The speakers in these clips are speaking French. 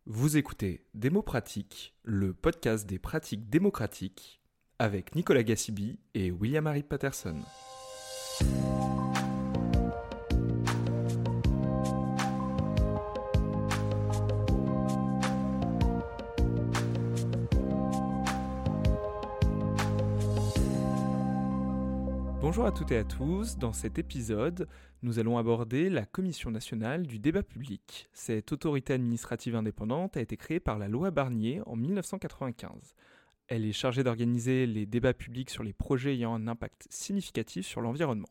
Vous écoutez Démo Pratique, le podcast des pratiques démocratiques, avec Nicolas Gassibi et William-Harry Patterson. Bonjour à toutes et à tous, dans cet épisode, nous allons aborder la Commission nationale du débat public. Cette autorité administrative indépendante a été créée par la loi Barnier en 1995. Elle est chargée d'organiser les débats publics sur les projets ayant un impact significatif sur l'environnement.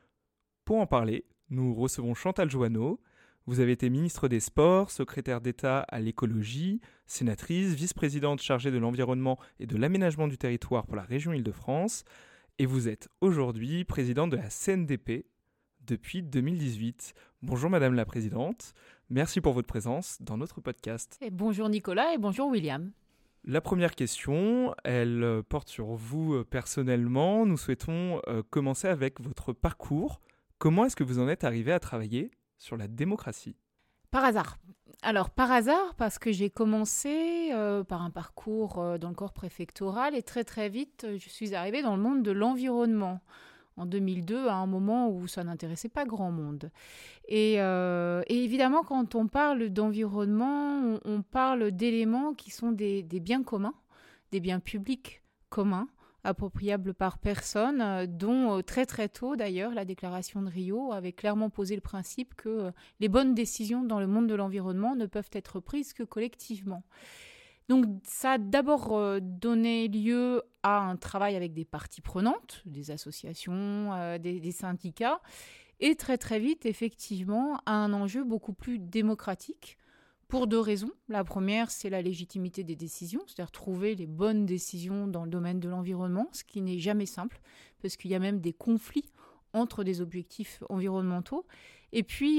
Pour en parler, nous recevons Chantal Jouanneau. Vous avez été ministre des Sports, secrétaire d'État à l'écologie, sénatrice, vice-présidente chargée de l'environnement et de l'aménagement du territoire pour la région Île-de-France. Et vous êtes aujourd'hui présidente de la CNDP depuis 2018. Bonjour Madame la Présidente, merci pour votre présence dans notre podcast. Et bonjour Nicolas et bonjour William. La première question, elle porte sur vous personnellement. Nous souhaitons commencer avec votre parcours. Comment est-ce que vous en êtes arrivé à travailler sur la démocratie ? Par hasard. Alors par hasard parce que j'ai commencé par un parcours dans le corps préfectoral et très vite je suis arrivée dans le monde de l'environnement en 2002 à un moment où ça n'intéressait pas grand monde. Et évidemment quand on parle d'environnement, on parle d'éléments qui sont des biens communs, des biens publics communs, appropriable par personne, dont très tôt d'ailleurs la déclaration de Rio avait clairement posé le principe que les bonnes décisions dans le monde de l'environnement ne peuvent être prises que collectivement. Donc ça a d'abord donné lieu à un travail avec des parties prenantes, des associations, des syndicats, et très vite effectivement à un enjeu beaucoup plus démocratique. Pour deux raisons. La première, c'est la légitimité des décisions, c'est-à-dire trouver les bonnes décisions dans le domaine de l'environnement, ce qui n'est jamais simple, parce qu'il y a même des conflits entre des objectifs environnementaux. Et puis,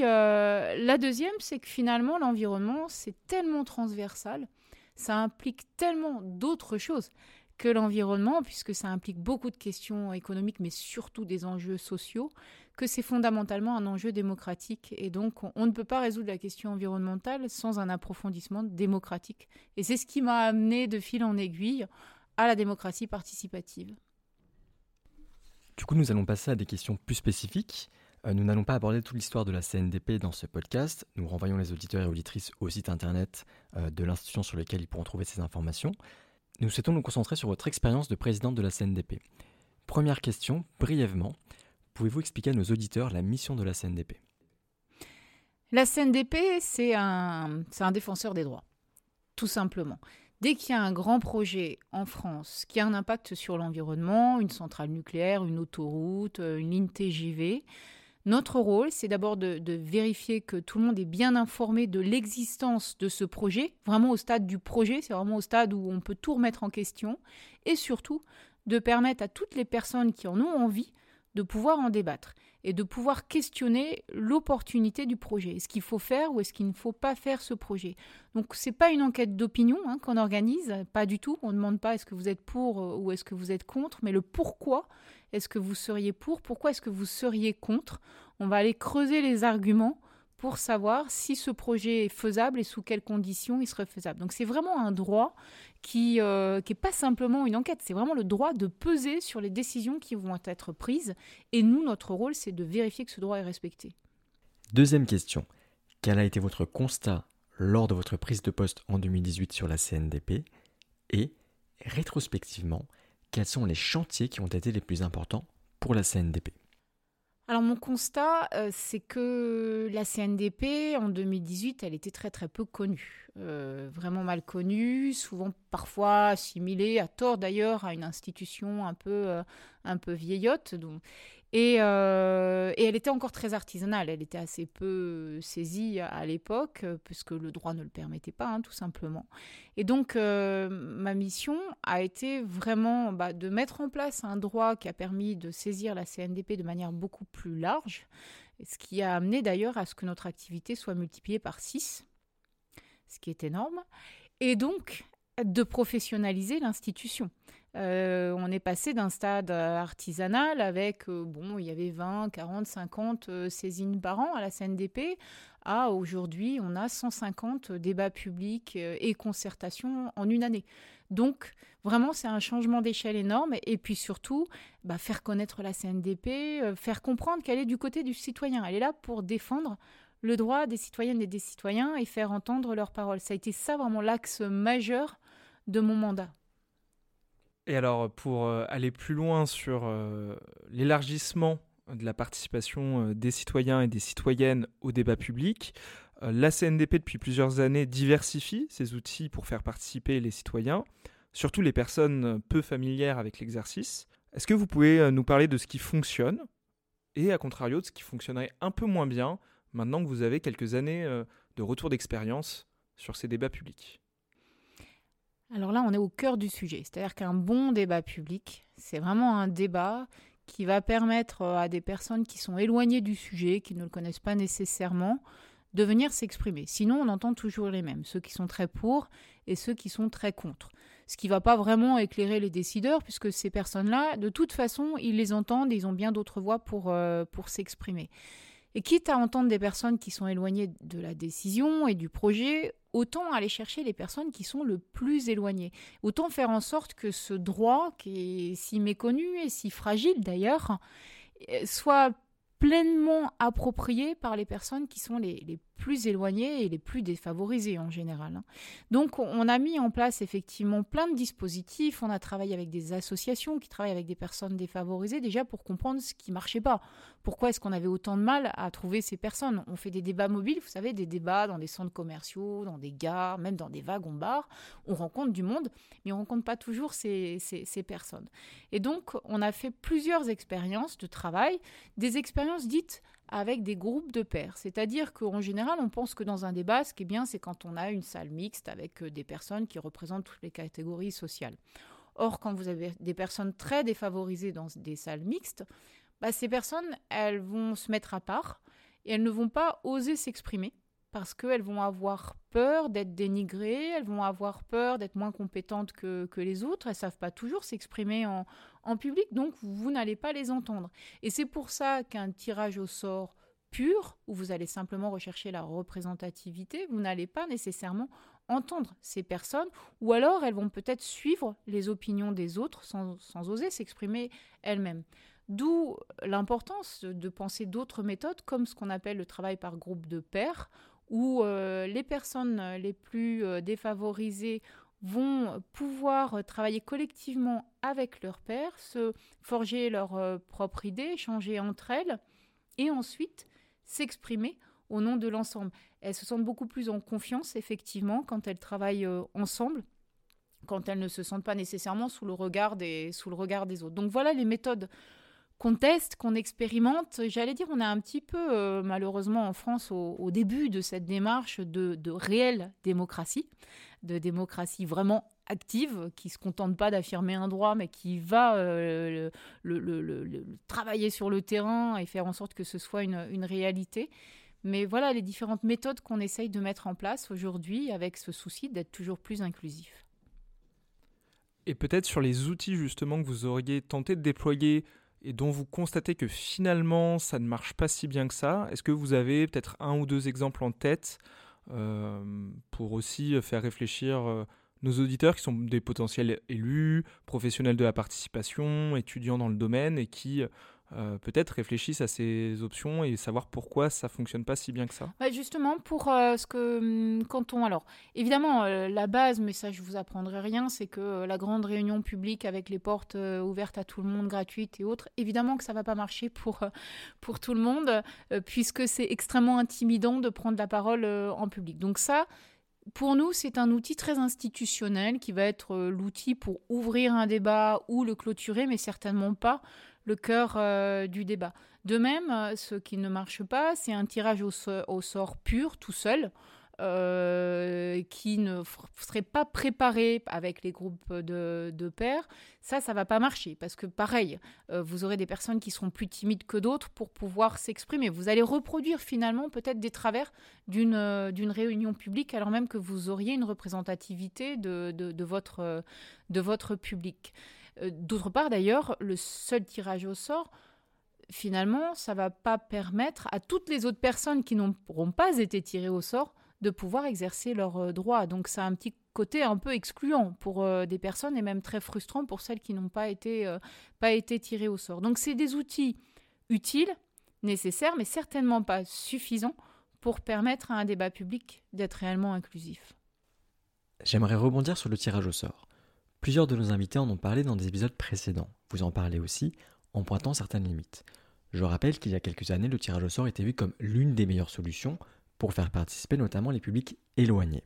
la deuxième, c'est que finalement, l'environnement, c'est tellement transversal, ça implique tellement d'autres choses que l'environnement, puisque ça implique beaucoup de questions économiques, mais surtout des enjeux sociaux, que c'est fondamentalement un enjeu démocratique. Et donc, on ne peut pas résoudre la question environnementale sans un approfondissement démocratique. Et c'est ce qui m'a amené de fil en aiguille à la démocratie participative. Du coup, nous allons passer à des questions plus spécifiques. Nous n'allons pas aborder toute l'histoire de la CNDP dans ce podcast. Nous renvoyons les auditeurs et auditrices au site internet de l'institution sur lequel ils pourront trouver ces informations. Nous souhaitons nous concentrer sur votre expérience de présidente de la CNDP. Première question, brièvement, pouvez-vous expliquer à nos auditeurs la mission de la CNDP ? La CNDP, c'est un défenseur des droits, tout simplement. Dès qu'il y a un grand projet en France qui a un impact sur l'environnement, une centrale nucléaire, une autoroute, une ligne TGV, notre rôle, c'est d'abord de vérifier que tout le monde est bien informé de l'existence de ce projet, vraiment au stade du projet, c'est vraiment au stade où on peut tout remettre en question, et surtout de permettre à toutes les personnes qui en ont envie de pouvoir en débattre et de pouvoir questionner l'opportunité du projet. Est-ce qu'il faut faire ou est-ce qu'il ne faut pas faire ce projet ? Donc ce n'est pas une enquête d'opinion qu'on organise, pas du tout. On ne demande pas est-ce que vous êtes pour ou est-ce que vous êtes contre, mais le pourquoi est-ce que vous seriez pour, pourquoi est-ce que vous seriez contre. On va aller creuser les arguments pour savoir si ce projet est faisable et sous quelles conditions il serait faisable. Donc c'est vraiment un droit qui est pas simplement une enquête, c'est vraiment le droit de peser sur les décisions qui vont être prises. Et nous, notre rôle, c'est de vérifier que ce droit est respecté. Deuxième question, quel a été votre constat lors de votre prise de poste en 2018 sur la CNDP ? Et, rétrospectivement, quels sont les chantiers qui ont été les plus importants pour la CNDP ? Alors mon constat, c'est que la CNDP, en 2018, elle était très peu connue. Vraiment mal connue, souvent parfois assimilée, à tort d'ailleurs, à une institution un peu vieillotte. Et elle était encore très artisanale, elle était assez peu saisie à l'époque, puisque le droit ne le permettait pas, tout simplement. Et donc, ma mission a été vraiment de mettre en place un droit qui a permis de saisir la CNDP de manière beaucoup plus large, ce qui a amené d'ailleurs à ce que notre activité soit multipliée par 6, ce qui est énorme. Et donc, de professionnaliser l'institution. On est passé d'un stade artisanal avec, il y avait 20, 40, 50 saisines par an à la CNDP, à aujourd'hui, on a 150 débats publics et concertations en une année. Donc, vraiment, c'est un changement d'échelle énorme. Et puis surtout, faire connaître la CNDP, faire comprendre qu'elle est du côté du citoyen. Elle est là pour défendre le droit des citoyennes et des citoyens et faire entendre leurs paroles. Ça a été ça vraiment l'axe majeur de mon mandat. Et alors, pour aller plus loin sur l'élargissement de la participation des citoyens et des citoyennes au débat public, la CNDP, depuis plusieurs années, diversifie ses outils pour faire participer les citoyens, surtout les personnes peu familières avec l'exercice. Est-ce que vous pouvez nous parler de ce qui fonctionne et, à contrario, de ce qui fonctionnerait un peu moins bien maintenant que vous avez quelques années de retour d'expérience sur ces débats publics? Alors là, on est au cœur du sujet. C'est-à-dire qu'un bon débat public, c'est vraiment un débat qui va permettre à des personnes qui sont éloignées du sujet, qui ne le connaissent pas nécessairement, de venir s'exprimer. Sinon, on entend toujours les mêmes, ceux qui sont très pour et ceux qui sont très contre. Ce qui ne va pas vraiment éclairer les décideurs, puisque ces personnes-là, de toute façon, ils les entendent et ils ont bien d'autres voix pour s'exprimer. Et quitte à entendre des personnes qui sont éloignées de la décision et du projet, autant aller chercher les personnes qui sont le plus éloignées. Autant faire en sorte que ce droit, qui est si méconnu et si fragile d'ailleurs, soit pleinement approprié par les personnes qui sont les plus éloignées et les plus défavorisées en général. Donc on a mis en place effectivement plein de dispositifs, on a travaillé avec des associations qui travaillent avec des personnes défavorisées déjà pour comprendre ce qui ne marchait pas. Pourquoi est-ce qu'on avait autant de mal à trouver ces personnes? On fait des débats mobiles, vous savez, des débats dans des centres commerciaux, dans des gares, même dans des wagons-bars. On rencontre du monde, mais on ne rencontre pas toujours ces personnes. Et donc, on a fait plusieurs expériences de travail, des expériences dites avec des groupes de pairs. C'est-à-dire qu'en général, on pense que dans un débat, ce qui est bien, c'est quand on a une salle mixte avec des personnes qui représentent toutes les catégories sociales. Or, quand vous avez des personnes très défavorisées dans des salles mixtes, ces personnes, elles vont se mettre à part et elles ne vont pas oser s'exprimer parce qu'elles vont avoir peur d'être dénigrées, elles vont avoir peur d'être moins compétentes que les autres, elles ne savent pas toujours s'exprimer en public, donc vous n'allez pas les entendre. Et c'est pour ça qu'un tirage au sort pur, où vous allez simplement rechercher la représentativité, vous n'allez pas nécessairement entendre ces personnes, ou alors elles vont peut-être suivre les opinions des autres sans oser s'exprimer elles-mêmes. D'où l'importance de penser d'autres méthodes, comme ce qu'on appelle le travail par groupe de pairs, où les personnes les plus défavorisées vont pouvoir travailler collectivement avec leurs pairs, se forger leur propre idée, échanger entre elles, et ensuite s'exprimer au nom de l'ensemble. Elles se sentent beaucoup plus en confiance, effectivement, quand elles travaillent ensemble, quand elles ne se sentent pas nécessairement sous le regard des autres. Donc voilà les méthodes qu'on teste, qu'on expérimente. J'allais dire, on est un petit peu, malheureusement en France, au début de cette démarche de réelle démocratie, de démocratie vraiment active, qui ne se contente pas d'affirmer un droit, mais qui va travailler sur le terrain et faire en sorte que ce soit une réalité. Mais voilà les différentes méthodes qu'on essaye de mettre en place aujourd'hui avec ce souci d'être toujours plus inclusif. Et peut-être sur les outils justement que vous auriez tenté de déployer et dont vous constatez que finalement ça ne marche pas si bien que ça, est-ce que vous avez peut-être un ou deux exemples en tête pour aussi faire réfléchir nos auditeurs qui sont des potentiels élus, professionnels de la participation, étudiants dans le domaine et qui peut-être réfléchissent à ces options et savoir pourquoi ça ne fonctionne pas si bien que ça? Ouais, justement, pour ce que quand on... Alors, évidemment, la base, mais ça, je ne vous apprendrai rien, c'est que la grande réunion publique avec les portes ouvertes à tout le monde, gratuites et autres, évidemment que ça ne va pas marcher pour tout le monde, puisque c'est extrêmement intimidant de prendre la parole en public. Donc ça, pour nous, c'est un outil très institutionnel qui va être l'outil pour ouvrir un débat ou le clôturer, mais certainement pas le cœur du débat. De même, ce qui ne marche pas, c'est un tirage au sort pur, tout seul, qui ne seraient pas préparés avec les groupes de pairs, ça ne va pas marcher. Parce que pareil, vous aurez des personnes qui seront plus timides que d'autres pour pouvoir s'exprimer. Vous allez reproduire finalement peut-être des travers d'une réunion publique, alors même que vous auriez une représentativité de votre public. D'autre part, d'ailleurs, le seul tirage au sort, finalement, ça ne va pas permettre à toutes les autres personnes qui n'auront pas été tirées au sort de pouvoir exercer leurs droits. Donc, ça a un petit côté un peu excluant pour des personnes et même très frustrant pour celles qui n'ont pas été tirées au sort. Donc, c'est des outils utiles, nécessaires, mais certainement pas suffisants pour permettre à un débat public d'être réellement inclusif. J'aimerais rebondir sur le tirage au sort. Plusieurs de nos invités en ont parlé dans des épisodes précédents. Vous en parlez aussi en pointant certaines limites. Je rappelle qu'il y a quelques années, le tirage au sort était vu comme l'une des meilleures solutions pour faire participer notamment les publics éloignés.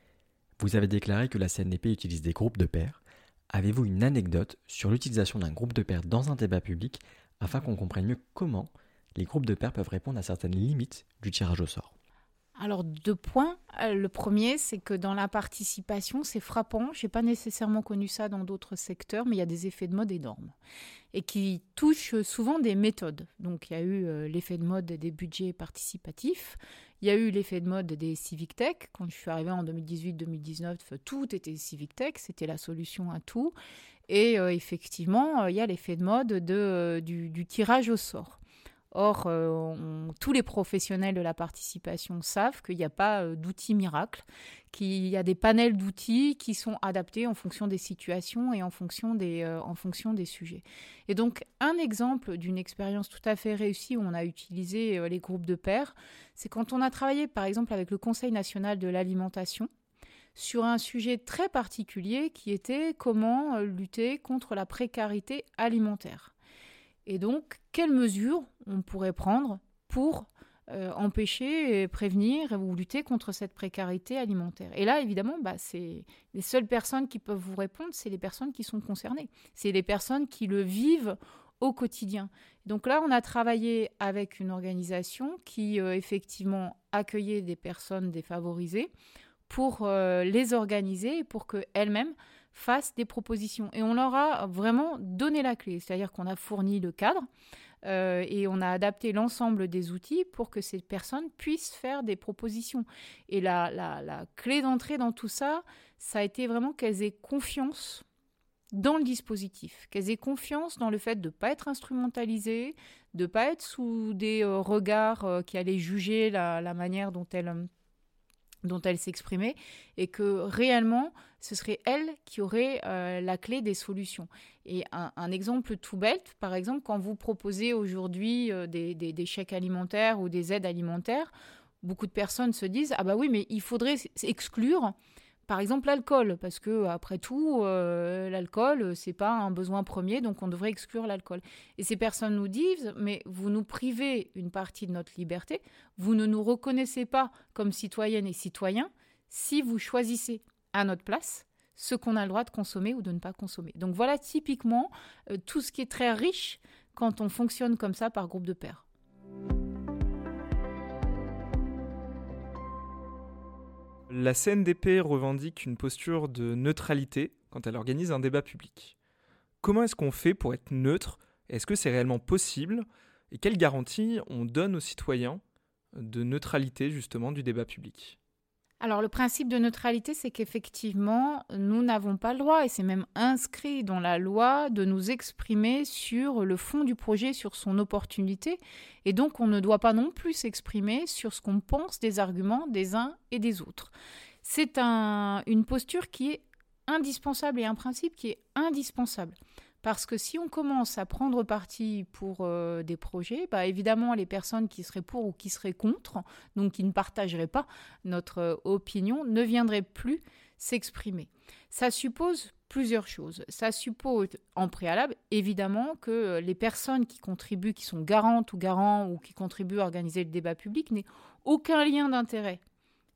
Vous avez déclaré que la CNDP utilise des groupes de pairs. Avez-vous une anecdote sur l'utilisation d'un groupe de pairs dans un débat public afin qu'on comprenne mieux comment les groupes de pairs peuvent répondre à certaines limites du tirage au sort ? Alors, 2 points. Le premier, c'est que dans la participation, c'est frappant. Je n'ai pas nécessairement connu ça dans d'autres secteurs, mais il y a des effets de mode énormes et qui touchent souvent des méthodes. Donc, il y a eu l'effet de mode des budgets participatifs. Il y a eu l'effet de mode des civic tech. Quand je suis arrivée en 2018-2019, tout était civic tech. C'était la solution à tout. Et effectivement, il y a l'effet de mode du tirage au sort. Or, tous les professionnels de la participation savent qu'il n'y a pas d'outils miracles, qu'il y a des panels d'outils qui sont adaptés en fonction des situations et en fonction des sujets. Et donc, un exemple d'une expérience tout à fait réussie où on a utilisé les groupes de pairs, c'est quand on a travaillé, par exemple, avec le Conseil national de l'alimentation, sur un sujet très particulier qui était comment lutter contre la précarité alimentaire. Et donc, quelles mesures on pourrait prendre pour empêcher, prévenir ou lutter contre cette précarité alimentaire. Et là, évidemment, c'est les seules personnes qui peuvent vous répondre, c'est les personnes qui sont concernées. C'est les personnes qui le vivent au quotidien. Donc là, on a travaillé avec une organisation qui, effectivement, accueillait des personnes défavorisées pour les organiser et pour qu'elles-mêmes fassent des propositions. Et on leur a vraiment donné la clé, c'est-à-dire qu'on a fourni le cadre et on a adapté l'ensemble des outils pour que ces personnes puissent faire des propositions. Et la clé d'entrée dans tout ça, ça a été vraiment qu'elles aient confiance dans le dispositif, qu'elles aient confiance dans le fait de ne pas être instrumentalisées, de ne pas être sous des regards qui allaient juger la manière dont elles s'exprimaient, et que réellement, ce serait elles qui auraient la clé des solutions. Et un exemple tout bête, par exemple, quand vous proposez aujourd'hui des chèques alimentaires ou des aides alimentaires, beaucoup de personnes se disent « Ah bah oui, mais il faudrait exclure, par exemple, l'alcool, parce que après tout, l'alcool, c'est pas un besoin premier, donc on devrait exclure l'alcool. » Et ces personnes nous disent « Mais vous nous privez une partie de notre liberté, vous ne nous reconnaissez pas comme citoyennes et citoyens si vous choisissez à notre place ce qu'on a le droit de consommer ou de ne pas consommer. » Donc voilà typiquement tout ce qui est très riche quand on fonctionne comme ça par groupe de pairs. La CNDP revendique une posture de neutralité quand elle organise un débat public. Comment est-ce qu'on fait pour être neutre ? Est-ce que c'est réellement possible ? Et quelles garanties on donne aux citoyens de neutralité justement du débat public ? Alors, le principe de neutralité, c'est qu'effectivement, nous n'avons pas le droit, et c'est même inscrit dans la loi, de nous exprimer sur le fond du projet, sur son opportunité. Et donc, on ne doit pas non plus s'exprimer sur ce qu'on pense des arguments des uns et des autres. C'est une posture qui est indispensable et un principe qui est indispensable. Parce que si on commence à prendre parti pour des projets, évidemment, les personnes qui seraient pour ou qui seraient contre, donc qui ne partageraient pas notre opinion, ne viendraient plus s'exprimer. Ça suppose plusieurs choses. Ça suppose, en préalable, évidemment, que les personnes qui contribuent, qui sont garantes ou garants ou qui contribuent à organiser le débat public, n'aient aucun lien d'intérêt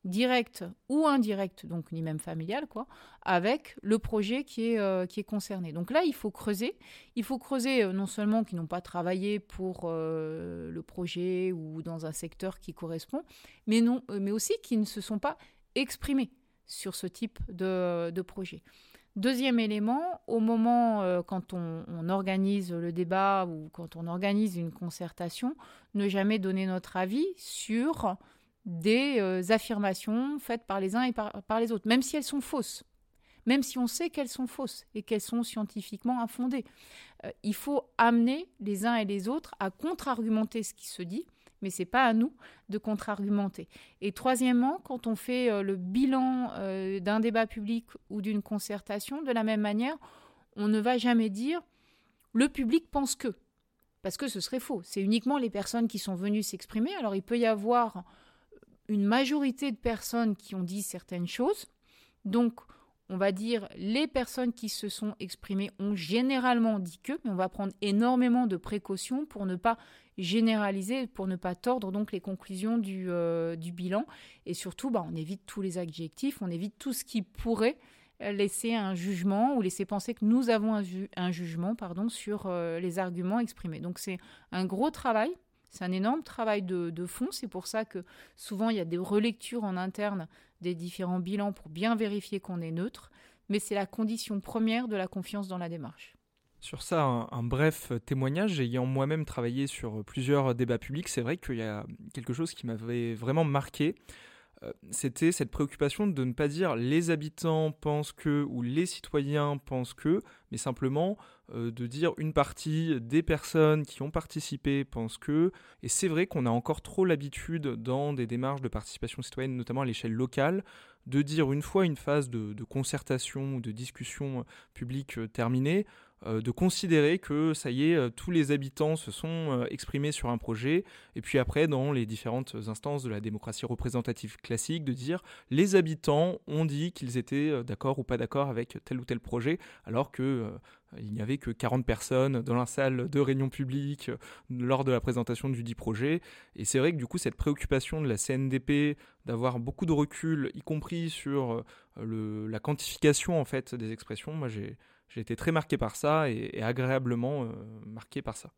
directe ou indirecte, donc ni même familiale, avec le projet qui est concerné. Donc là, il faut creuser. Il faut creuser non seulement qui n'ont pas travaillé pour le projet ou dans un secteur qui correspond, mais aussi qui ne se sont pas exprimés sur ce type de projet. Deuxième élément, au moment quand on organise le débat ou quand on organise une concertation, ne jamais donner notre avis sur des affirmations faites par les uns et par les autres, même si elles sont fausses, même si on sait qu'elles sont fausses et qu'elles sont scientifiquement infondées. Il faut amener les uns et les autres à contre-argumenter ce qui se dit, mais ce n'est pas à nous de contre-argumenter. Et troisièmement, quand on fait le bilan d'un débat public ou d'une concertation, de la même manière, on ne va jamais dire « le public pense que », parce que ce serait faux. C'est uniquement les personnes qui sont venues s'exprimer. Alors il peut y avoir une majorité de personnes qui ont dit certaines choses. Donc, on va dire les personnes qui se sont exprimées ont généralement dit que, mais on va prendre énormément de précautions pour ne pas généraliser, pour ne pas tordre donc les conclusions du bilan. Et surtout, on évite tous les adjectifs, on évite tout ce qui pourrait laisser un jugement ou laisser penser que nous avons un jugement sur les arguments exprimés. Donc, c'est un gros travail. C'est un énorme travail de fond. C'est pour ça que souvent, il y a des relectures en interne des différents bilans pour bien vérifier qu'on est neutre. Mais c'est la condition première de la confiance dans la démarche. Sur ça, un bref témoignage. Ayant moi-même travaillé sur plusieurs débats publics, c'est vrai qu'il y a quelque chose qui m'avait vraiment marqué. C'était cette préoccupation de ne pas dire « les habitants pensent que » ou « les citoyens pensent que », mais simplement de dire une partie des personnes qui ont participé pensent que. Et c'est vrai qu'on a encore trop l'habitude dans des démarches de participation citoyenne, notamment à l'échelle locale, de dire une fois une phase de concertation ou de discussion publique terminée, de considérer que ça y est, tous les habitants se sont exprimés sur un projet, et puis après, dans les différentes instances de la démocratie représentative classique, de dire les habitants ont dit qu'ils étaient d'accord ou pas d'accord avec tel ou tel projet, alors que il n'y avait que 40 personnes dans la salle de réunion publique lors de la présentation du dit projet. Et c'est vrai que du coup, cette préoccupation de la CNDP d'avoir beaucoup de recul, y compris sur la quantification en fait des expressions, moi j'ai été très marqué par ça et agréablement marqué par ça.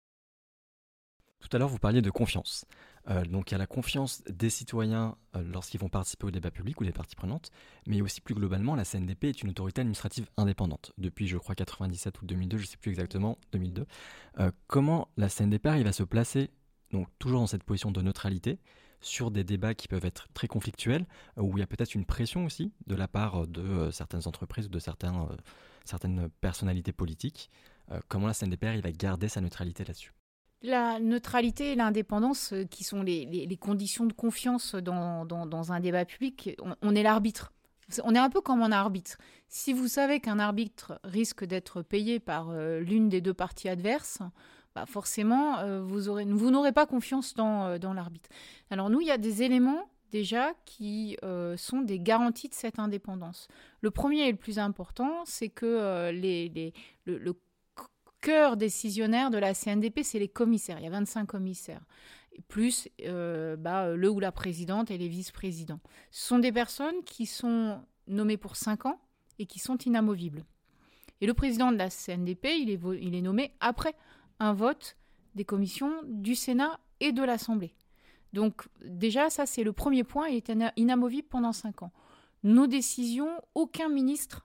Tout à l'heure, vous parliez de confiance. Donc il y a la confiance des citoyens lorsqu'ils vont participer au débat public ou des parties prenantes, mais aussi plus globalement, la CNDP est une autorité administrative indépendante. Depuis, je crois, 97 ou 2002, je ne sais plus exactement, 2002. Comment la CNDP arrive à se placer, donc toujours dans cette position de neutralité, sur des débats qui peuvent être très conflictuels, où il y a peut-être une pression aussi de la part de certaines entreprises ou de certaines personnalités politiques. Comment la CNDP arrive à garder sa neutralité là-dessus ? La neutralité et l'indépendance, qui sont les conditions de confiance dans un débat public, on est l'arbitre. On est un peu comme un arbitre. Si vous savez qu'un arbitre risque d'être payé par l'une des deux parties adverses, forcément, vous n'aurez pas confiance dans l'arbitre. Alors nous, il y a des éléments déjà qui sont des garanties de cette indépendance. Le premier et le plus important, c'est que le cœur décisionnaire de la CNDP, c'est les commissaires. Il y a 25 commissaires, plus le ou la présidente et les vice-présidents. Ce sont des personnes qui sont nommées pour 5 ans et qui sont inamovibles. Et le président de la CNDP, il est nommé après un vote des commissions du Sénat et de l'Assemblée. Donc déjà, ça c'est le premier point, il est inamovible pendant 5 ans. Nos décisions, aucun ministre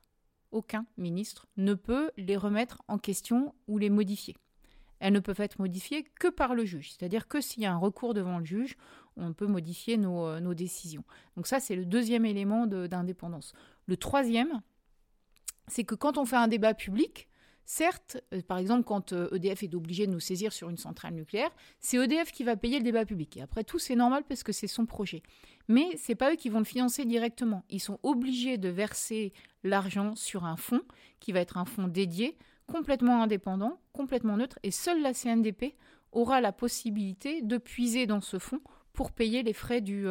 ne peut les remettre en question ou les modifier. Elles ne peuvent être modifiées que par le juge. C'est-à-dire que s'il y a un recours devant le juge, on peut modifier nos décisions. Donc ça, c'est le deuxième élément d'indépendance. Le troisième, c'est que quand on fait un débat public, certes, par exemple, quand EDF est obligé de nous saisir sur une centrale nucléaire, c'est EDF qui va payer le débat public. Et après tout, c'est normal parce que c'est son projet. Mais ce n'est pas eux qui vont le financer directement. Ils sont obligés de verser l'argent sur un fonds qui va être un fonds dédié, complètement indépendant, complètement neutre. Et seule la CNDP aura la possibilité de puiser dans ce fonds pour payer les frais du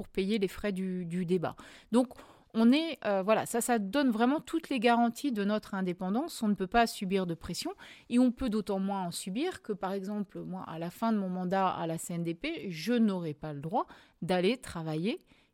débat. Donc, ça donne vraiment toutes les garanties de notre indépendance. On ne peut pas subir de pression et on peut d'autant moins en subir que, par exemple, moi, à la fin de mon mandat à la CNDP, je n'aurai pas le droit d'aller travailler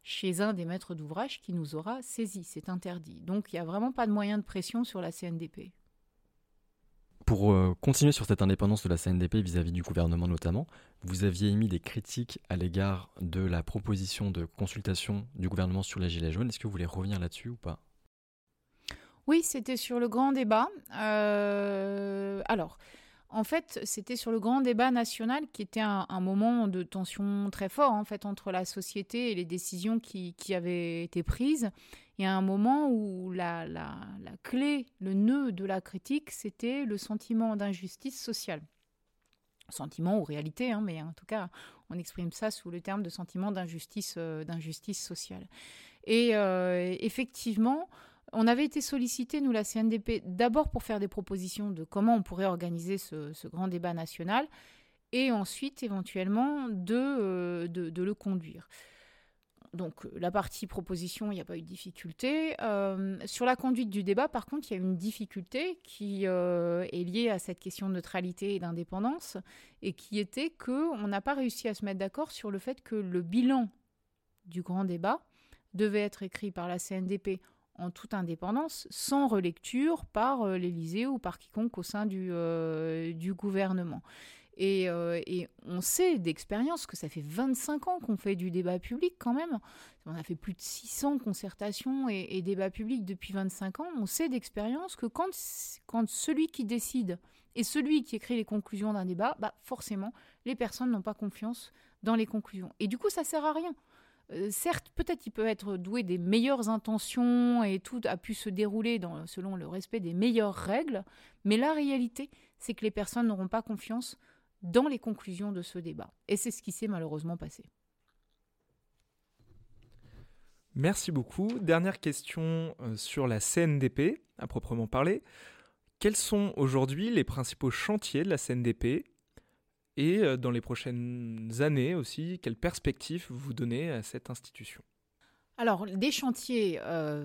chez un des maîtres d'ouvrage qui nous aura saisis. C'est interdit. Donc il n'y a vraiment pas de moyen de pression sur la CNDP. Pour continuer sur cette indépendance de la CNDP vis-à-vis du gouvernement notamment, vous aviez émis des critiques à l'égard de la proposition de consultation du gouvernement sur les Gilets jaunes. Est-ce que vous voulez revenir là-dessus ou pas ? Oui, c'était sur le grand débat. Alors, en fait, c'était sur le grand débat national qui était un moment de tension très fort en fait, entre la société et les décisions qui avaient été prises. Il y a un moment où la clé, le nœud de la critique, c'était le sentiment d'injustice sociale. Sentiment ou réalité, mais en tout cas, on exprime ça sous le terme de sentiment d'injustice sociale. Et effectivement, on avait été sollicité, nous, la CNDP, d'abord pour faire des propositions de comment on pourrait organiser ce grand débat national et ensuite, éventuellement, de le conduire. Donc, la partie proposition, il n'y a pas eu de difficulté. Sur la conduite du débat, par contre, il y a une difficulté qui est liée à cette question de neutralité et d'indépendance et qui était qu'on n'a pas réussi à se mettre d'accord sur le fait que le bilan du grand débat devait être écrit par la CNDP en toute indépendance, sans relecture par l'Élysée ou par quiconque au sein du gouvernement. Et on sait d'expérience que ça fait 25 ans qu'on fait du débat public quand même. On a fait plus de 600 concertations et débats publics depuis 25 ans. On sait d'expérience que quand celui qui décide est celui qui écrit les conclusions d'un débat, forcément, les personnes n'ont pas confiance dans les conclusions. Et du coup, ça ne sert à rien. Certes, peut-être il peut être doué des meilleures intentions et tout a pu se dérouler selon le respect des meilleures règles, mais la réalité, c'est que les personnes n'auront pas confiance dans les conclusions de ce débat. Et c'est ce qui s'est malheureusement passé. Merci beaucoup. Dernière question sur la CNDP, à proprement parler. Quels sont aujourd'hui les principaux chantiers de la CNDP ? Et dans les prochaines années aussi, quelles perspectives vous donnez à cette institution ? Alors, des chantiers à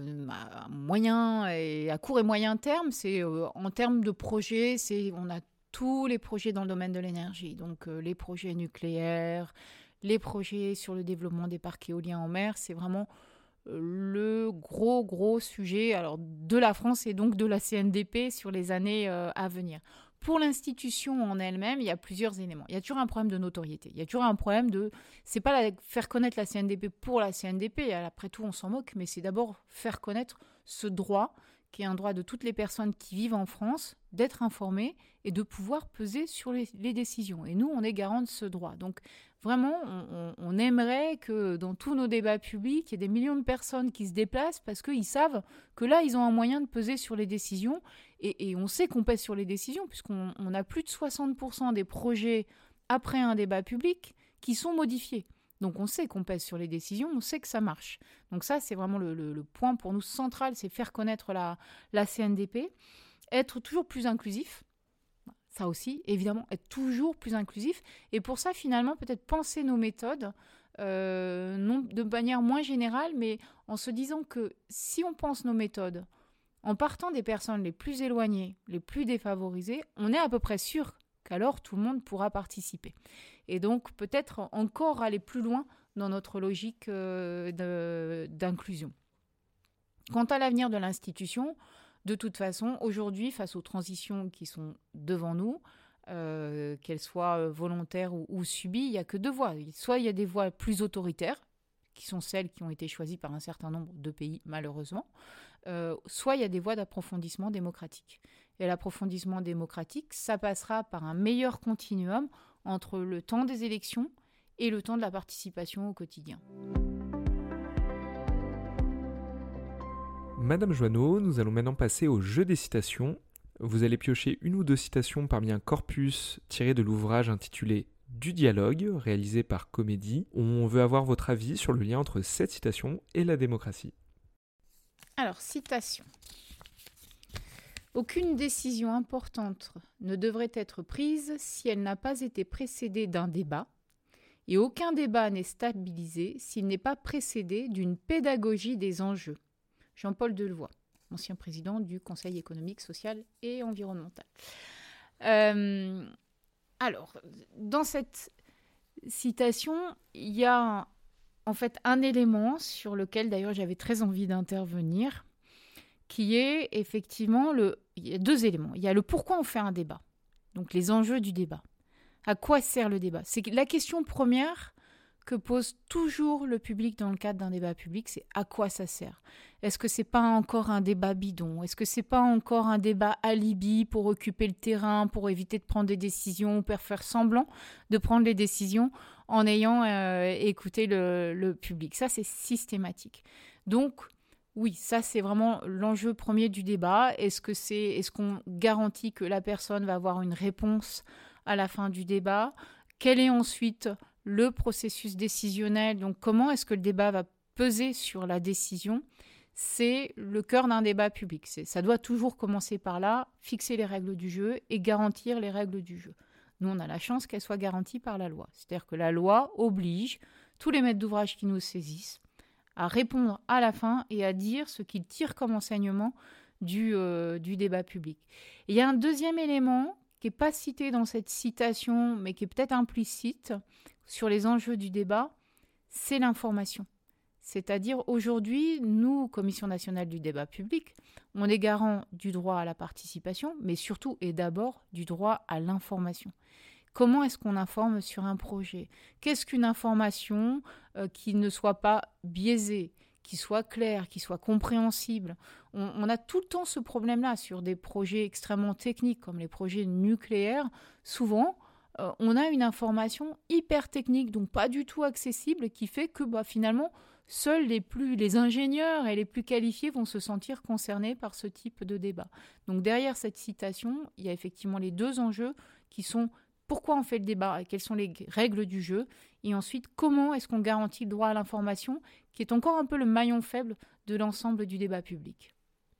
court et moyen terme, c'est en termes de projets, on a tous les projets dans le domaine de l'énergie. Donc, les projets nucléaires, les projets sur le développement des parcs éoliens en mer, c'est vraiment le gros sujet de la France et donc de la CNDP sur les années à venir. Pour l'institution en elle-même, il y a plusieurs éléments. Il y a toujours un problème de notoriété. Il y a toujours un problème c'est pas faire connaître la CNDP pour la CNDP. Après tout, on s'en moque, mais c'est d'abord faire connaître ce droit, qui est un droit de toutes les personnes qui vivent en France, d'être informées et de pouvoir peser sur les décisions. Et nous, on est garant de ce droit. Donc, vraiment, on aimerait que dans tous nos débats publics, il y ait des millions de personnes qui se déplacent parce qu'ils savent que là, ils ont un moyen de peser sur les décisions. Et on sait qu'on pèse sur les décisions puisqu'on a plus de 60% des projets après un débat public qui sont modifiés. Donc on sait qu'on pèse sur les décisions, on sait que ça marche. Donc ça, c'est vraiment le point pour nous central, c'est faire connaître la CNDP, être toujours plus inclusif. Ça aussi, évidemment, être toujours plus inclusif. Et pour ça, finalement, peut-être penser nos méthodes, non de manière moins générale, mais en se disant que si on pense nos méthodes, en partant des personnes les plus éloignées, les plus défavorisées, on est à peu près sûr qu'alors tout le monde pourra participer. Et donc peut-être encore aller plus loin dans notre logique d'inclusion. Quant à l'avenir de l'institution, de toute façon, aujourd'hui, face aux transitions qui sont devant nous, qu'elles soient volontaires ou subies, il n'y a que deux voies. Soit il y a des voies plus autoritaires, qui sont celles qui ont été choisies par un certain nombre de pays, malheureusement, soit il y a des voies d'approfondissement démocratique. Et l'approfondissement démocratique, ça passera par un meilleur continuum entre le temps des élections et le temps de la participation au quotidien. Madame Joanneau, nous allons maintenant passer au jeu des citations. Vous allez piocher une ou deux citations parmi un corpus tiré de l'ouvrage intitulé « Du dialogue » réalisé par Comédie. On veut avoir votre avis sur le lien entre cette citation et la démocratie. Alors, citation. Aucune décision importante ne devrait être prise si elle n'a pas été précédée d'un débat, et aucun débat n'est stabilisé s'il n'est pas précédé d'une pédagogie des enjeux. Jean-Paul Delevoye, ancien président du Conseil économique, social et environnemental. Alors, dans cette citation, il y a en fait un élément sur lequel d'ailleurs j'avais très envie d'intervenir, qui est effectivement il y a 2 éléments. Il y a le pourquoi on fait un débat, donc les enjeux du débat. À quoi sert le débat ? C'est la question première que pose toujours le public dans le cadre d'un débat public, c'est à quoi ça sert ? Est-ce que c'est pas encore un débat bidon ? Est-ce que c'est pas encore un débat alibi pour occuper le terrain, pour éviter de prendre des décisions, pour faire semblant de prendre les décisions en ayant écouté le public ? Ça, c'est systématique. Donc, oui, ça, c'est vraiment l'enjeu premier du débat. Est-ce qu'on garantit que la personne va avoir une réponse à la fin du débat ? Quel est ensuite le processus décisionnel, donc comment est-ce que le débat va peser sur la décision ? C'est le cœur d'un débat public. Ça doit toujours commencer par là, fixer les règles du jeu et garantir les règles du jeu. Nous, on a la chance qu'elles soient garanties par la loi. C'est-à-dire que la loi oblige tous les maîtres d'ouvrage qui nous saisissent à répondre à la fin et à dire ce qu'ils tirent comme enseignement du débat public. Et il y a un deuxième élément qui n'est pas cité dans cette citation, mais qui est peut-être implicite sur les enjeux du débat, c'est l'information. C'est-à-dire, aujourd'hui, nous, Commission nationale du débat public, on est garant du droit à la participation, mais surtout et d'abord du droit à l'information. Comment est-ce qu'on informe sur un projet ? Qu'est-ce qu'une information qui ne soit pas biaisée, qui soit claire, qui soit compréhensible ? On a tout le temps ce problème-là sur des projets extrêmement techniques, comme les projets nucléaires. Souvent, on a une information hyper technique, donc pas du tout accessible, qui fait que finalement, seuls les ingénieurs et les plus qualifiés vont se sentir concernés par ce type de débat. Donc derrière cette citation, il y a effectivement les 2 enjeux qui sont pourquoi on fait le débat, quelles sont les règles du jeu, et ensuite comment est-ce qu'on garantit le droit à l'information, qui est encore un peu le maillon faible de l'ensemble du débat public.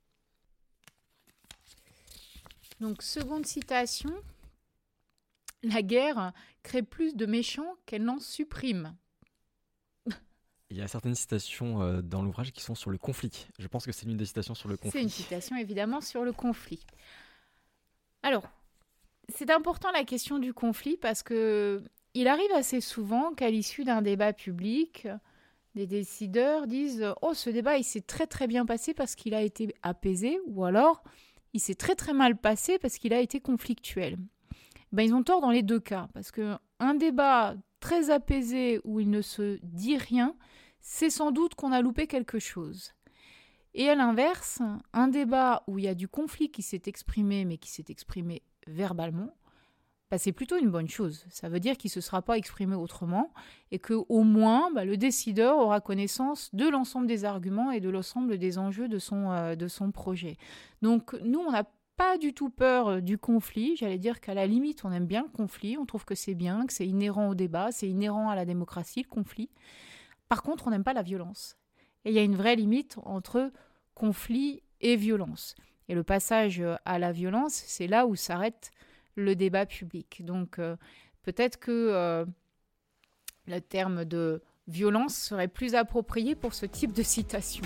Donc seconde citation, la guerre crée plus de méchants qu'elle n'en supprime. Il y a certaines citations dans l'ouvrage qui sont sur le conflit. Je pense que c'est l'une des citations sur le conflit. C'est une citation évidemment sur le conflit. Alors, c'est important la question du conflit parce que il arrive assez souvent qu'à l'issue d'un débat public, des décideurs disent « Oh, ce débat, il s'est très très bien passé parce qu'il a été apaisé » ou alors « Il s'est très très mal passé parce qu'il a été conflictuel ». Ils ont tort dans les 2 cas parce qu'un débat très apaisé où il ne se dit rien, c'est sans doute qu'on a loupé quelque chose. Et à l'inverse, un débat où il y a du conflit qui s'est exprimé, mais qui s'est exprimé verbalement, c'est plutôt une bonne chose. Ça veut dire qu'il ne se sera pas exprimé autrement et qu'au moins, le décideur aura connaissance de l'ensemble des arguments et de l'ensemble des enjeux de son projet. Donc, nous, on n'a pas du tout peur du conflit. J'allais dire qu'à la limite, on aime bien le conflit. On trouve que c'est bien, que c'est inhérent au débat, c'est inhérent à la démocratie, le conflit. Par contre, on n'aime pas la violence. Et il y a une vraie limite entre conflit et violence. Et le passage à la violence, c'est là où s'arrête le débat public. Donc, peut-être que le terme de violence serait plus approprié pour ce type de citation.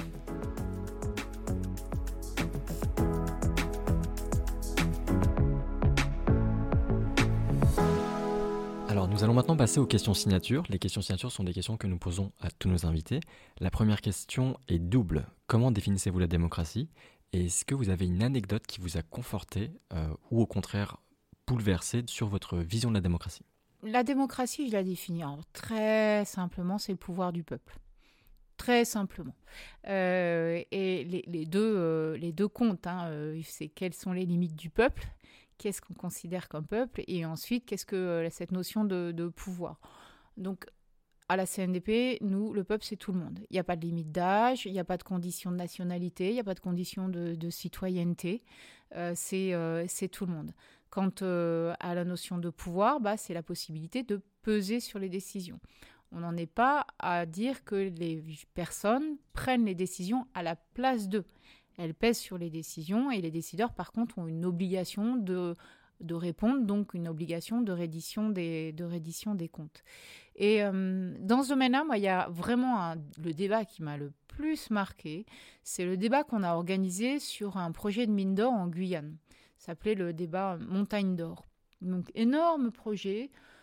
Alors, nous allons maintenant passer aux questions signatures. Les questions signatures sont des questions que nous posons à tous nos invités. La première question est double. Comment définissez-vous la démocratie ? Et est-ce que vous avez une anecdote qui vous a conforté ou au contraire bouleversé sur votre vision de la démocratie ? La démocratie, je la définis très simplement, c'est le pouvoir du peuple. Très simplement. Et les deux comptent. C'est quelles sont les limites du peuple ? Qu'est-ce qu'on considère comme peuple ? Et ensuite, qu'est-ce que cette notion de pouvoir ? Donc, à la CNDP, nous, le peuple, c'est tout le monde. Il n'y a pas de limite d'âge, il n'y a pas de condition de nationalité, il n'y a pas de condition de citoyenneté. C'est tout le monde. Quant à la notion de pouvoir, c'est la possibilité de peser sur les décisions. On n'en est pas à dire que les personnes prennent les décisions à la place d'eux. Elles pèsent sur les décisions et les décideurs, par contre, ont une obligation de répondre, donc une obligation de reddition des comptes. Et dans ce domaine-là, moi, il y a vraiment le débat qui m'a le plus marqué, c'est le débat qu'on a organisé sur un projet de mine d'or en Guyane. Ça s'appelait le débat Montagne d'or. Donc, énorme projet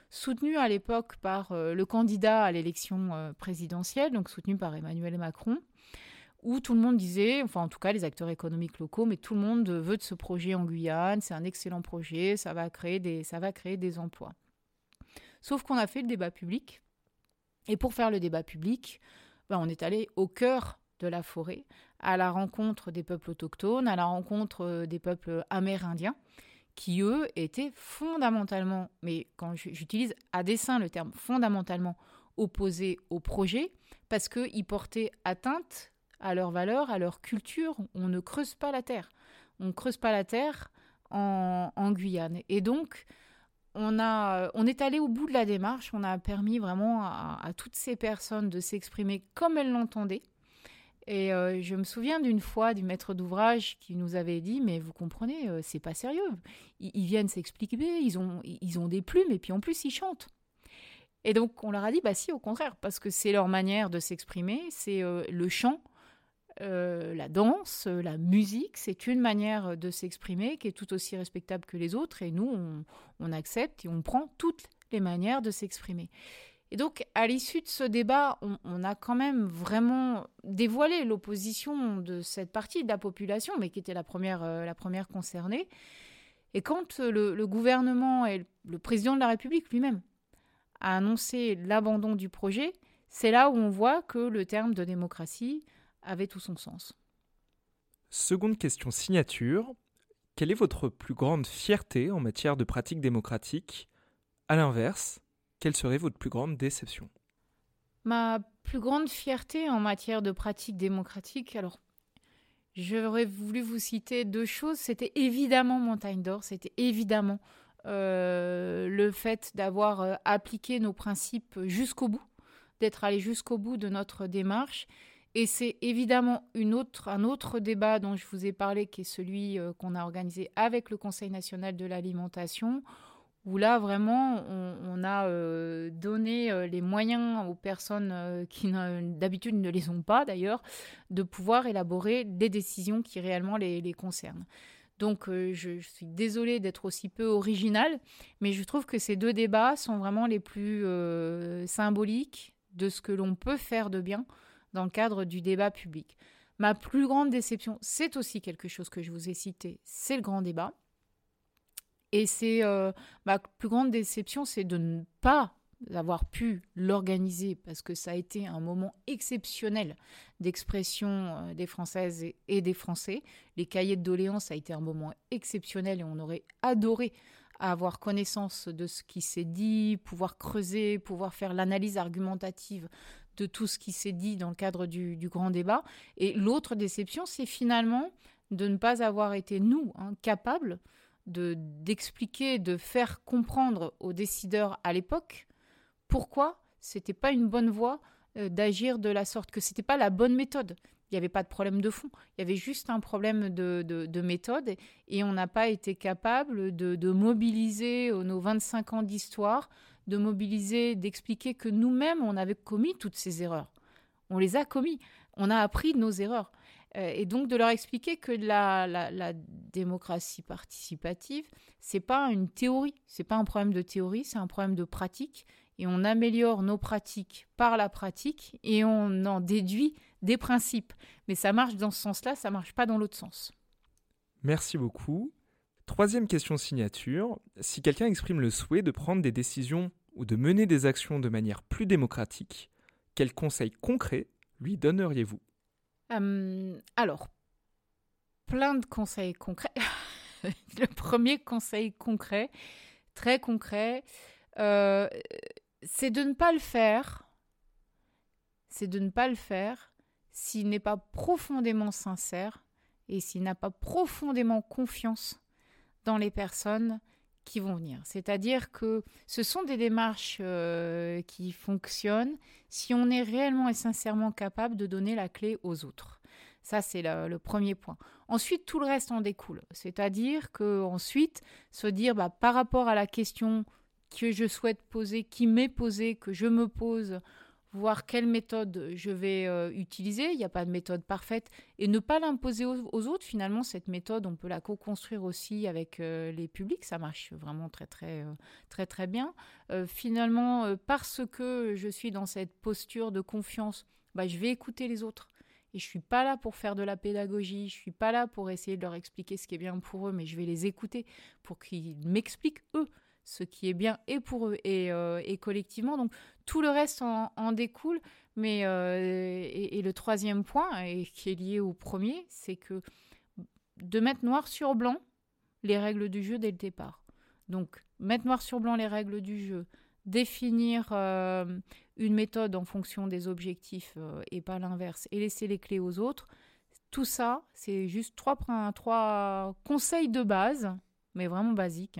soutenu à l'époque par le candidat à l'élection présidentielle, donc soutenu par Emmanuel Macron, où tout le monde disait, enfin en tout cas les acteurs économiques locaux, mais tout le monde veut de ce projet en Guyane, c'est un excellent projet, ça va créer des emplois. Sauf qu'on a fait le débat public, et pour faire le débat public, on est allé au cœur de la forêt, à la rencontre des peuples autochtones, à la rencontre des peuples amérindiens, qui eux étaient fondamentalement, mais quand j'utilise à dessein le terme fondamentalement, opposés au projet, parce qu'ils portaient atteinte à leurs valeurs, à leur culture. On ne creuse pas la terre. On ne creuse pas la terre en Guyane. Et donc, on est allé au bout de la démarche. On a permis vraiment à toutes ces personnes de s'exprimer comme elles l'entendaient. Et je me souviens d'une fois du maître d'ouvrage qui nous avait dit « Mais vous comprenez, c'est pas sérieux. Ils viennent s'expliquer, ils ont des plumes et puis en plus, ils chantent. » Et donc, on leur a dit « Bah si, au contraire, parce que c'est leur manière de s'exprimer, c'est le chant, la danse, la musique, c'est une manière de s'exprimer qui est tout aussi respectable que les autres et nous, on accepte et on prend toutes les manières de s'exprimer. » Et donc, à l'issue de ce débat, on a quand même vraiment dévoilé l'opposition de cette partie de la population, mais qui était la première concernée. Et quand le gouvernement et le président de la République lui-même a annoncé l'abandon du projet, c'est là où on voit que le terme de démocratie avait tout son sens. Seconde question signature. Quelle est votre plus grande fierté en matière de pratique démocratique ? À l'inverse, quelle serait votre plus grande déception ? Ma plus grande fierté en matière de pratique démocratique, alors j'aurais voulu vous citer deux choses. C'était évidemment Montagne d'Or, c'était évidemment le fait d'avoir appliqué nos principes jusqu'au bout, d'être allé jusqu'au bout de notre démarche. Et c'est évidemment un autre débat dont je vous ai parlé, qui est celui qu'on a organisé avec le Conseil national de l'alimentation, où là, vraiment, on a donné les moyens aux personnes qui d'habitude ne les ont pas, d'ailleurs, de pouvoir élaborer des décisions qui réellement les concernent. Donc, je suis désolée d'être aussi peu originale, mais je trouve que ces deux débats sont vraiment les plus symboliques de ce que l'on peut faire de bien dans le cadre du débat public. Ma plus grande déception, c'est aussi quelque chose que je vous ai cité, c'est le grand débat. Et c'est ma plus grande déception, c'est de ne pas avoir pu l'organiser parce que ça a été un moment exceptionnel d'expression des Françaises et des Français. Les cahiers de doléances, ça a été un moment exceptionnel et on aurait adoré avoir connaissance de ce qui s'est dit, pouvoir creuser, pouvoir faire l'analyse argumentative de tout ce qui s'est dit dans le cadre du grand débat. Et l'autre déception, c'est finalement de ne pas avoir été, nous, capables d'expliquer, de faire comprendre aux décideurs à l'époque pourquoi c'était pas une bonne voie d'agir de la sorte, que c'était pas la bonne méthode. Il n'y avait pas de problème de fond, il y avait juste un problème de méthode et on n'a pas été capable de mobiliser nos 25 ans d'histoire, de mobiliser, d'expliquer que nous-mêmes, on avait commis toutes ces erreurs. On les a commis, on a appris de nos erreurs. Et donc de leur expliquer que la démocratie participative, c'est pas une théorie, c'est pas un problème de théorie, c'est un problème de pratique. Et on améliore nos pratiques par la pratique et on en déduit des principes. Mais ça marche dans ce sens-là, ça marche pas dans l'autre sens. Merci beaucoup. Troisième question signature. Si quelqu'un exprime le souhait de prendre des décisions ou de mener des actions de manière plus démocratique, quels conseils concrets lui donneriez-vous ? Alors, plein de conseils concrets. Le premier conseil concret, très concret, c'est de ne pas le faire. C'est de ne pas le faire s'il n'est pas profondément sincère et s'il n'a pas profondément confiance dans les personnes qui vont venir. C'est-à-dire que ce sont des démarches qui fonctionnent si on est réellement et sincèrement capable de donner la clé aux autres. Ça, c'est le premier point. Ensuite, tout le reste en découle. C'est-à-dire qu'ensuite, se dire par rapport à la question que je souhaite poser, qui m'est posée, que je me pose, voir quelle méthode je vais utiliser. Il n'y a pas de méthode parfaite. Et ne pas l'imposer aux autres. Finalement, cette méthode, on peut la co-construire aussi avec les publics. Ça marche vraiment très, très, très, très bien. Finalement, parce que je suis dans cette posture de confiance, je vais écouter les autres. Et je ne suis pas là pour faire de la pédagogie. Je ne suis pas là pour essayer de leur expliquer ce qui est bien pour eux. Mais je vais les écouter pour qu'ils m'expliquent, eux, ce qui est bien et pour eux et collectivement. Donc, tout le reste en découle. Mais, et le troisième point, et qui est lié au premier, c'est que de mettre noir sur blanc les règles du jeu dès le départ. Donc, mettre noir sur blanc les règles du jeu, définir une méthode en fonction des objectifs et pas l'inverse, et laisser les clés aux autres. Tout ça, c'est juste trois conseils de base, mais vraiment basiques,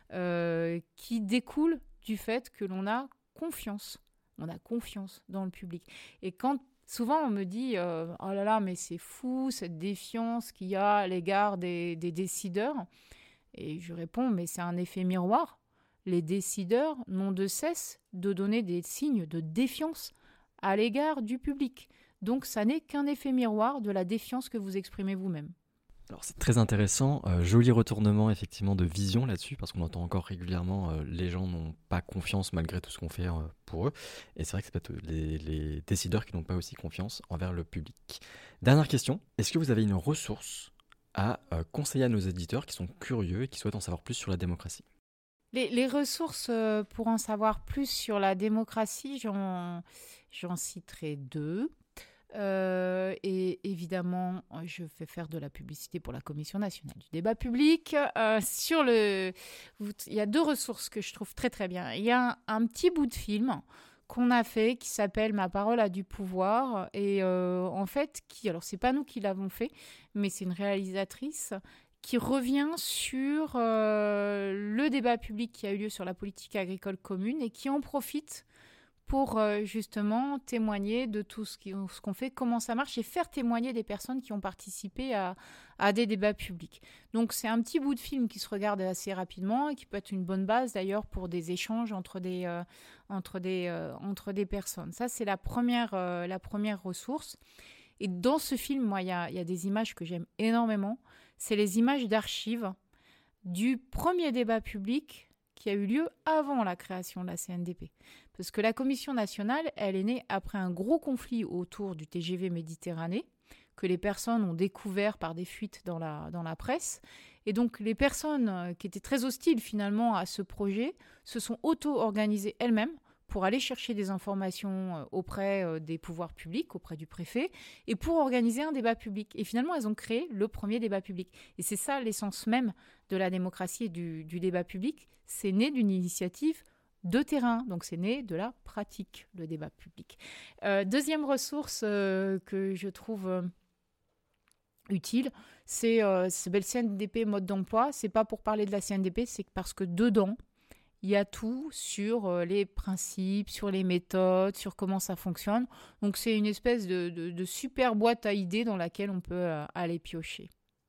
qui découlent du fait que l'on a confiance. On a confiance dans le public. Et quand souvent on me dit « Oh là là, mais c'est fou, cette défiance qu'il y a à l'égard des décideurs », et je réponds « Mais c'est un effet miroir. Les décideurs n'ont de cesse de donner des signes de défiance à l'égard du public. Donc ça n'est qu'un effet miroir de la défiance que vous exprimez vous-même. » Alors c'est très intéressant, joli retournement effectivement de vision là-dessus, parce qu'on entend encore régulièrement les gens n'ont pas confiance malgré tout ce qu'on fait pour eux, et c'est vrai que c'est peut-être les décideurs qui n'ont pas aussi confiance envers le public. Dernière question, est-ce que vous avez une ressource à conseiller à nos éditeurs qui sont curieux et qui souhaitent en savoir plus sur la démocratie ? Les ressources pour en savoir plus sur la démocratie, j'en citerai 2. Et évidemment, je vais faire de la publicité pour la Commission nationale du débat public. Il y a 2 ressources que je trouve très très bien. Il y a un petit bout de film qu'on a fait qui s'appelle « Ma parole a du pouvoir » et en fait, alors c'est pas nous qui l'avons fait, mais c'est une réalisatrice qui revient sur le débat public qui a eu lieu sur la politique agricole commune et qui en profite pour justement témoigner de tout ce qu'on fait, comment ça marche, et faire témoigner des personnes qui ont participé à des débats publics. Donc c'est un petit bout de film qui se regarde assez rapidement et qui peut être une bonne base d'ailleurs pour des échanges entre des personnes. Ça, c'est la première ressource. Et dans ce film, moi, il y a des images que j'aime énormément. C'est les images d'archives du premier débat public qui a eu lieu avant la création de la CNDP. Parce que la Commission nationale, elle est née après un gros conflit autour du TGV Méditerranée, que les personnes ont découvert par des fuites dans la presse. Et donc, les personnes qui étaient très hostiles finalement à ce projet se sont auto-organisées elles-mêmes pour aller chercher des informations auprès des pouvoirs publics, auprès du préfet, et pour organiser un débat public. Et finalement, elles ont créé le premier débat public. Et c'est ça l'essence même de la démocratie et du débat public. C'est né d'une initiative de terrain, donc c'est né de la pratique, le débat public. Deuxième ressource que je trouve utile, c'est le CNDP mode d'emploi. C'est pas pour parler de la CNDP, c'est parce que dedans, il y a tout sur les principes, sur les méthodes, sur comment ça fonctionne. Donc c'est une espèce de super boîte à idées dans laquelle on peut aller piocher.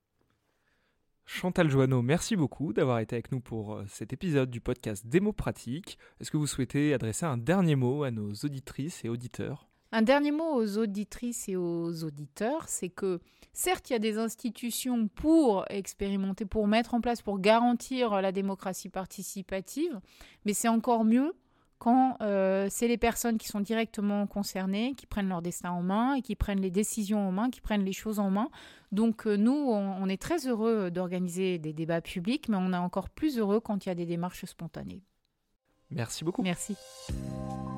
Chantal Joanneau, merci beaucoup d'avoir été avec nous pour cet épisode du podcast Démo Pratique. Est-ce que vous souhaitez adresser un dernier mot à nos auditrices et auditeurs ? Un dernier mot aux auditrices et aux auditeurs, c'est que certes, il y a des institutions pour expérimenter, pour mettre en place, pour garantir la démocratie participative, mais c'est encore mieux quand c'est les personnes qui sont directement concernées, qui prennent leur destin en main et qui prennent les décisions en main, qui prennent les choses en main. Donc nous, on est très heureux d'organiser des débats publics, mais on est encore plus heureux quand il y a des démarches spontanées. Merci beaucoup. Merci.